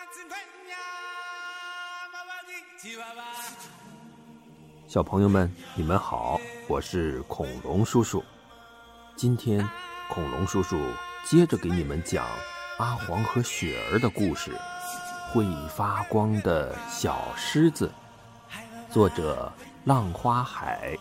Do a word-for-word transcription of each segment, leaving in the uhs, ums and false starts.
小朋友们，你们好，我是恐龙叔叔。今天恐龙叔叔接着给你们讲阿黄和雪儿的故事，会发光的小狮子，作者浪花海。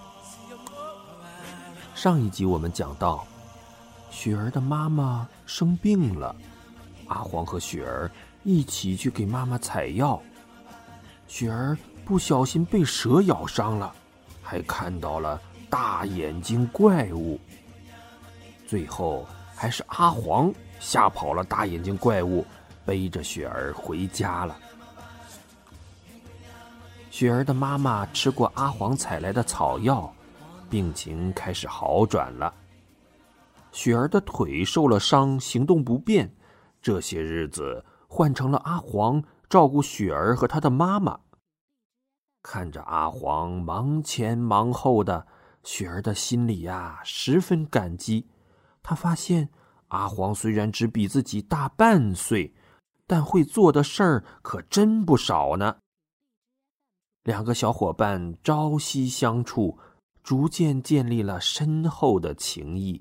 上一集我们讲到，雪儿的妈妈生病了，阿黄和雪儿一起去给妈妈采药。雪儿不小心被蛇咬伤了，还看到了大眼睛怪物。最后还是阿黄吓跑了大眼睛怪物，背着雪儿回家了。雪儿的妈妈吃过阿黄采来的草药，病情开始好转了。雪儿的腿受了伤，行动不便，这些日子换成了阿黄照顾雪儿和她的妈妈。看着阿黄忙前忙后的，雪儿的心里呀十分感激。她发现阿黄虽然只比自己大半岁，但会做的事儿可真不少呢。两个小伙伴朝夕相处，逐渐建立了深厚的情谊。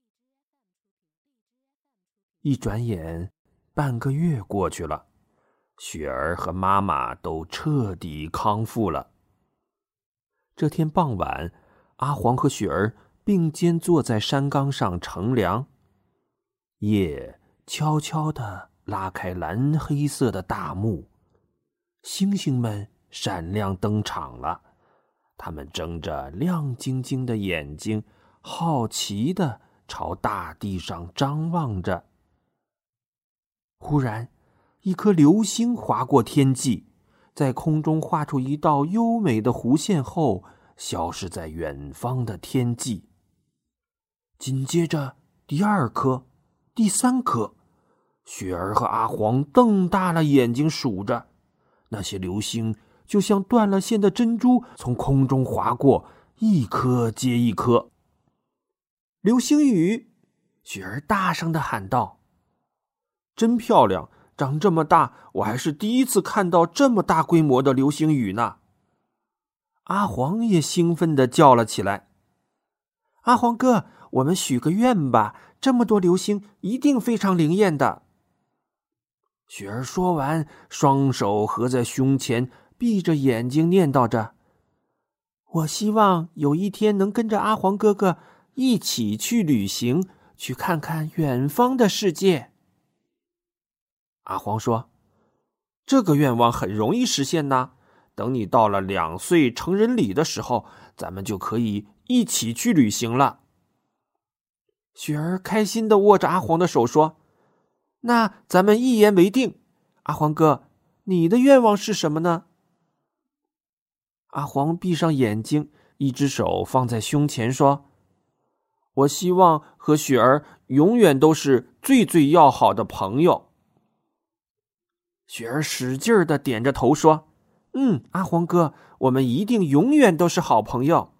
一转眼，半个月过去了，雪儿和妈妈都彻底康复了。这天傍晚，阿黄和雪儿并肩坐在山岗上乘凉，夜悄悄地拉开蓝黑色的大幕，星星们闪亮登场了。他们睁着亮晶晶的眼睛，好奇地朝大地上张望着。忽然，一颗流星划过天际，在空中画出一道优美的弧线后，消失在远方的天际。紧接着，第二颗，第三颗，雪儿和阿黄瞪大了眼睛数着，那些流星就像断了线的珍珠，从空中划过，一颗接一颗。流星雨！雪儿大声地喊道。真漂亮，长这么大，我还是第一次看到这么大规模的流星雨呢。阿黄也兴奋地叫了起来。阿黄哥，我们许个愿吧，这么多流星一定非常灵验的。雪儿说完，双手合在胸前，闭着眼睛念叨着，我希望有一天能跟着阿黄哥哥一起去旅行，去看看远方的世界。阿黄说，这个愿望很容易实现呢，等你到了两岁成人礼的时候，咱们就可以一起去旅行了。雪儿开心地握着阿黄的手说，那咱们一言为定。阿黄哥，你的愿望是什么呢？阿黄闭上眼睛，一只手放在胸前说，我希望和雪儿永远都是最最要好的朋友。雪儿使劲儿地点着头说，嗯，阿黄哥，我们一定永远都是好朋友。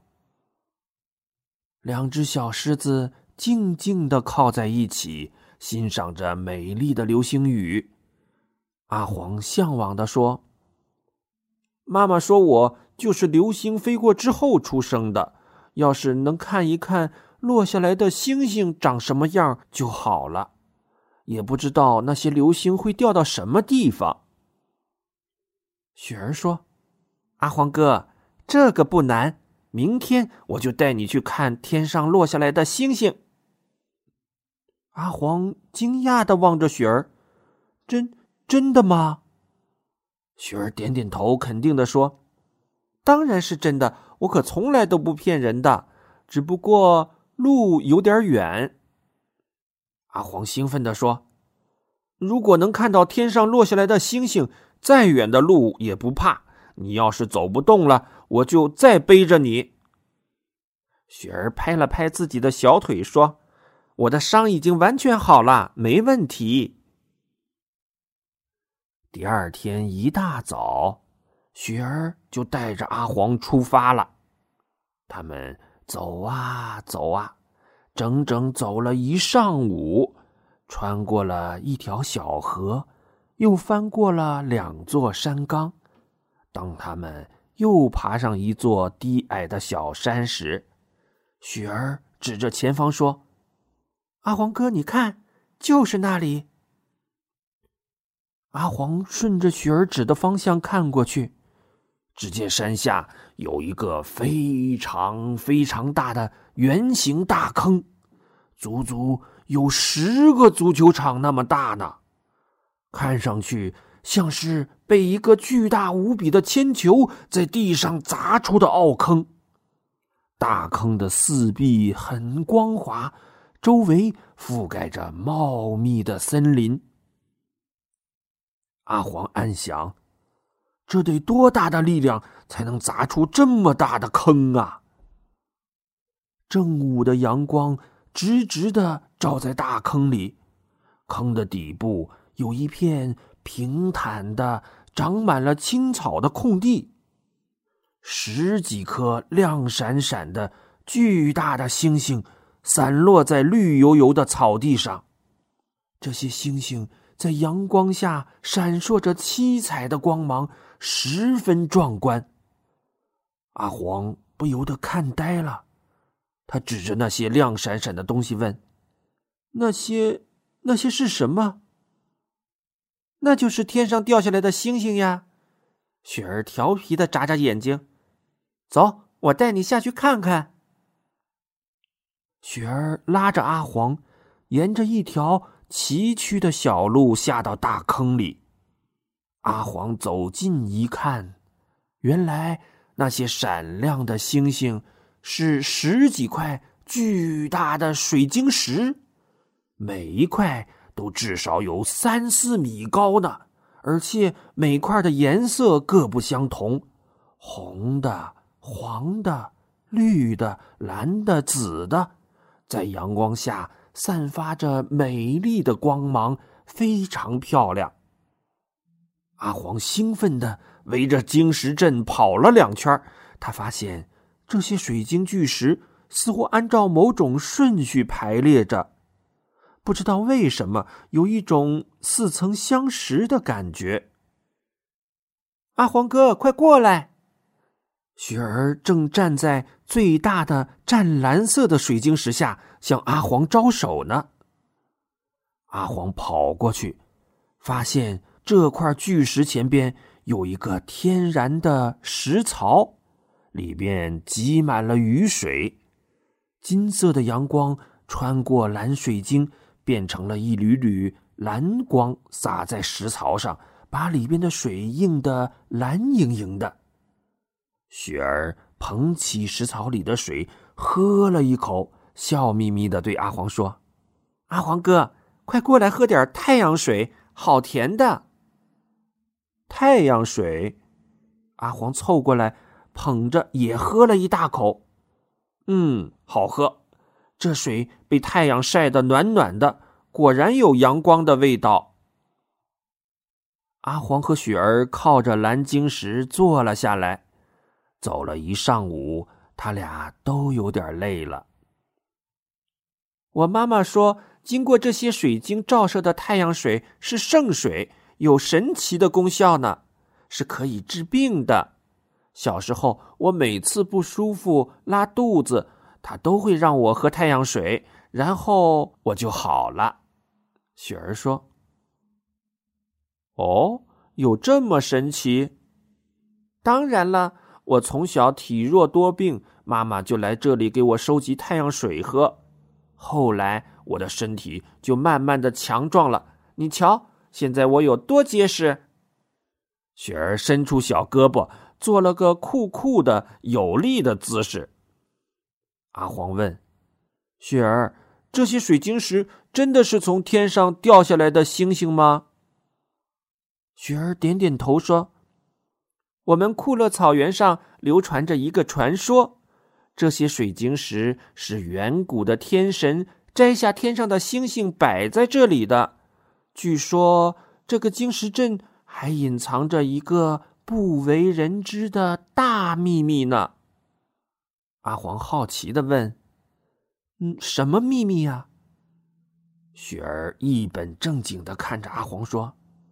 两只小狮子静静地靠在一起，欣赏着美丽的流星雨。阿黄向往地说，妈妈说我就是流星飞过之后出生的，要是能看一看落下来的星星长什么样就好了，也不知道那些流星会掉到什么地方。雪儿说，阿黄哥，这个不难，明天我就带你去看天上落下来的星星。阿黄惊讶地望着雪儿，真真的吗？雪儿点点头，肯定地说，当然是真的，我可从来都不骗人的，只不过路有点远。阿黄兴奋地说，如果能看到天上落下来的星星，再远的路也不怕，你要是走不动了，我就再背着你。雪儿拍了拍自己的小腿说，我的伤已经完全好了，没问题。第二天一大早，雪儿就带着阿黄出发了。他们走啊走啊，整整走了一上午，穿过了一条小河， 又翻过了两座山冈。当他们又爬上一座低矮的小山时，雪儿指着前方说：“阿黄哥，你看，就是那里。”阿黄顺着雪儿指的方向看过去，只见山下有一个非常非常大的圆形大坑，足足有十个足球场那么大呢，看上去像是被一个巨大无比的铅球在地上砸出的凹坑。大坑的四壁很光滑，周围覆盖着茂密的森林。阿黄暗想，这得多大的力量才能砸出这么大的坑啊！正午的阳光直直地照在大坑里，坑的底部有一片平坦的长满了青草的空地，十几颗亮闪闪的巨大的星星散落在绿油油的草地上。这些星星在阳光下闪烁着七彩的光芒，十分壮观。阿黄不由得看呆了，他指着那些亮闪闪的东西问：“那些那些是什么？”“那就是天上掉下来的星星呀。”雪儿调皮地眨眨眼睛。“走，我带你下去看看。”雪儿拉着阿黄，沿着一条崎岖的小路下到大坑里。阿黄走近一看，原来那些闪亮的星星是十几块巨大的水晶石，每一块都至少有三四米高呢，而且每块的颜色各不相同，红的、黄的、绿的、蓝的、紫的，在阳光下散发着美丽的光芒，非常漂亮。阿黄兴奋地围着晶石阵跑了两圈，他发现这些水晶巨石似乎按照某种顺序排列着，不知道为什么有一种似曾相识的感觉。“阿黄哥，快过来！”雪儿正站在最大的湛蓝色的水晶石下，向阿黄招手呢。阿黄跑过去，发现这块巨石前边有一个天然的石槽，里边积满了雨水。金色的阳光穿过蓝水晶，变成了一缕缕蓝光，洒在石槽上，把里边的水映得蓝莹莹的。雪儿捧起石槽里的水，喝了一口，笑眯眯地对阿黄说：“阿黄哥，快过来喝点太阳水，好甜的。”太阳水？阿黄凑过来，捧着也喝了一大口。嗯，好喝，这水被太阳晒得暖暖的，果然有阳光的味道。阿黄和雪儿靠着蓝晶石坐了下来，走了一上午，他俩都有点累了。我妈妈说，经过这些水晶照射的太阳水是圣水，有神奇的功效呢，是可以治病的。小时候我每次不舒服拉肚子，她都会让我喝太阳水，然后我就好了。雪儿说：“哦，有这么神奇？”“当然了，我从小体弱多病，妈妈就来这里给我收集太阳水喝。后来我的身体就慢慢的强壮了，你瞧，现在我有多结实。”雪儿伸出小胳膊，做了个酷酷的有力的姿势。阿黄问：“雪儿，这些水晶石真的是从天上掉下来的星星吗？”雪儿点点头说：“我们库勒草原上流传着一个传说，这些水晶石是远古的天神摘下天上的星星摆在这里的。据说这个晶石阵还隐藏着一个不为人知的大秘密呢。”阿黄好奇地问：“嗯，什么秘密啊？”雪儿一本正经地看着阿黄说：“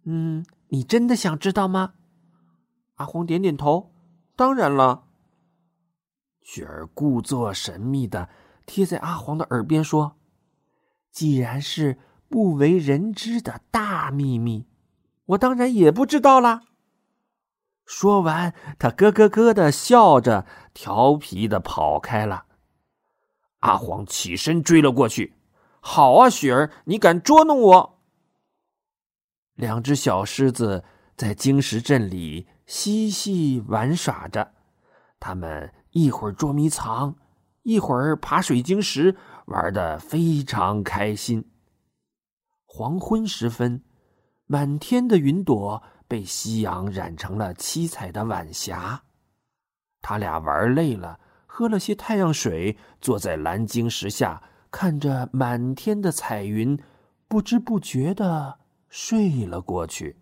嗯，你真的想知道吗？阿黄点点头，当然了。雪儿故作神秘的贴在阿黄的耳边说，既然是不为人知的大秘密，我当然也不知道啦。说完，他咯咯咯的笑着，调皮的跑开了。阿黄起身追了过去，好啊，雪儿，你敢捉弄我！两只小狮子在晶石镇里嬉戏玩耍着，他们一会儿捉迷藏，一会儿爬水晶石，玩得非常开心。黄昏时分，满天的云朵被夕阳染成了七彩的晚霞。他俩玩累了，喝了些太阳水，坐在蓝晶石下，看着满天的彩云，不知不觉地睡了过去。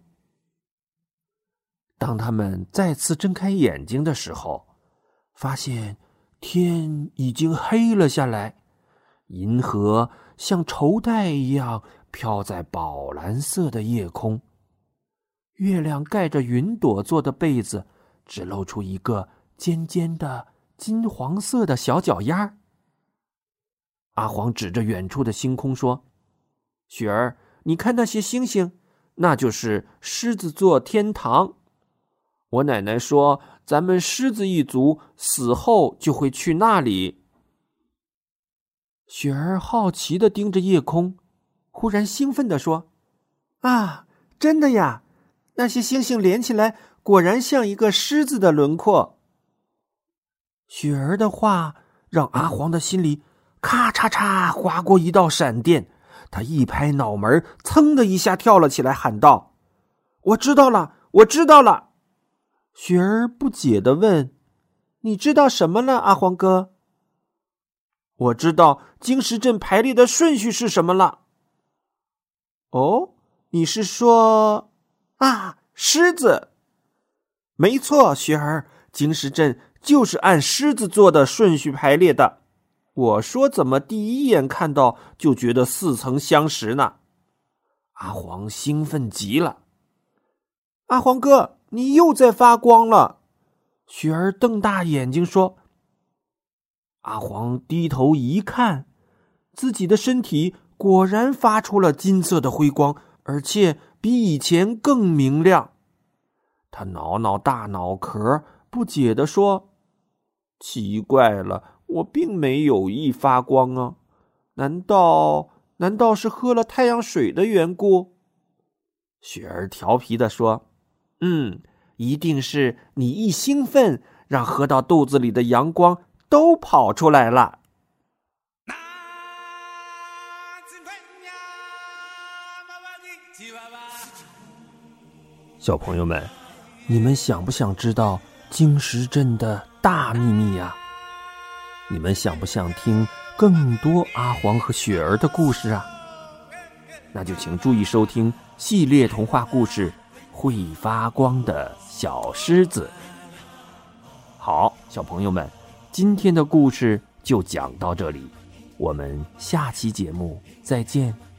当他们再次睁开眼睛的时候，发现天已经黑了下来，银河像绸带一样飘在宝蓝色的夜空，月亮盖着云朵做的被子，只露出一个尖尖的金黄色的小脚丫。阿黄指着远处的星空说，雪儿，你看那些星星，那就是狮子座天堂。我奶奶说，咱们狮子一族死后就会去那里。雪儿好奇地盯着夜空，忽然兴奋地说，啊，真的呀，那些星星连起来果然像一个狮子的轮廓。雪儿的话让阿黄的心里咔嚓嚓划过一道闪电，他一拍脑门，噌的一下跳了起来，喊道，我知道了，我知道了。雪儿不解地问，你知道什么了，阿黄哥？我知道晶石阵排列的顺序是什么了。哦，你是说啊，狮子？没错，雪儿，晶石阵就是按狮子座的顺序排列的。我说怎么第一眼看到就觉得似曾相识呢？阿黄兴奋极了。阿黄哥，你又在发光了！雪儿瞪大眼睛说。阿黄低头一看，自己的身体果然发出了金色的辉光，而且比以前更明亮。他挠挠大脑壳，不解地说，奇怪了，我并没有意发光啊，难道难道是喝了太阳水的缘故？雪儿调皮地说，嗯，一定是你一兴奋，让喝到肚子里的阳光都跑出来了。小朋友们，你们想不想知道晶石镇的大秘密呀？你们想不想听更多阿黄和雪儿的故事啊？那就请注意收听系列童话故事会发光的小狮子。好，小朋友们，今天的故事就讲到这里，我们下期节目再见。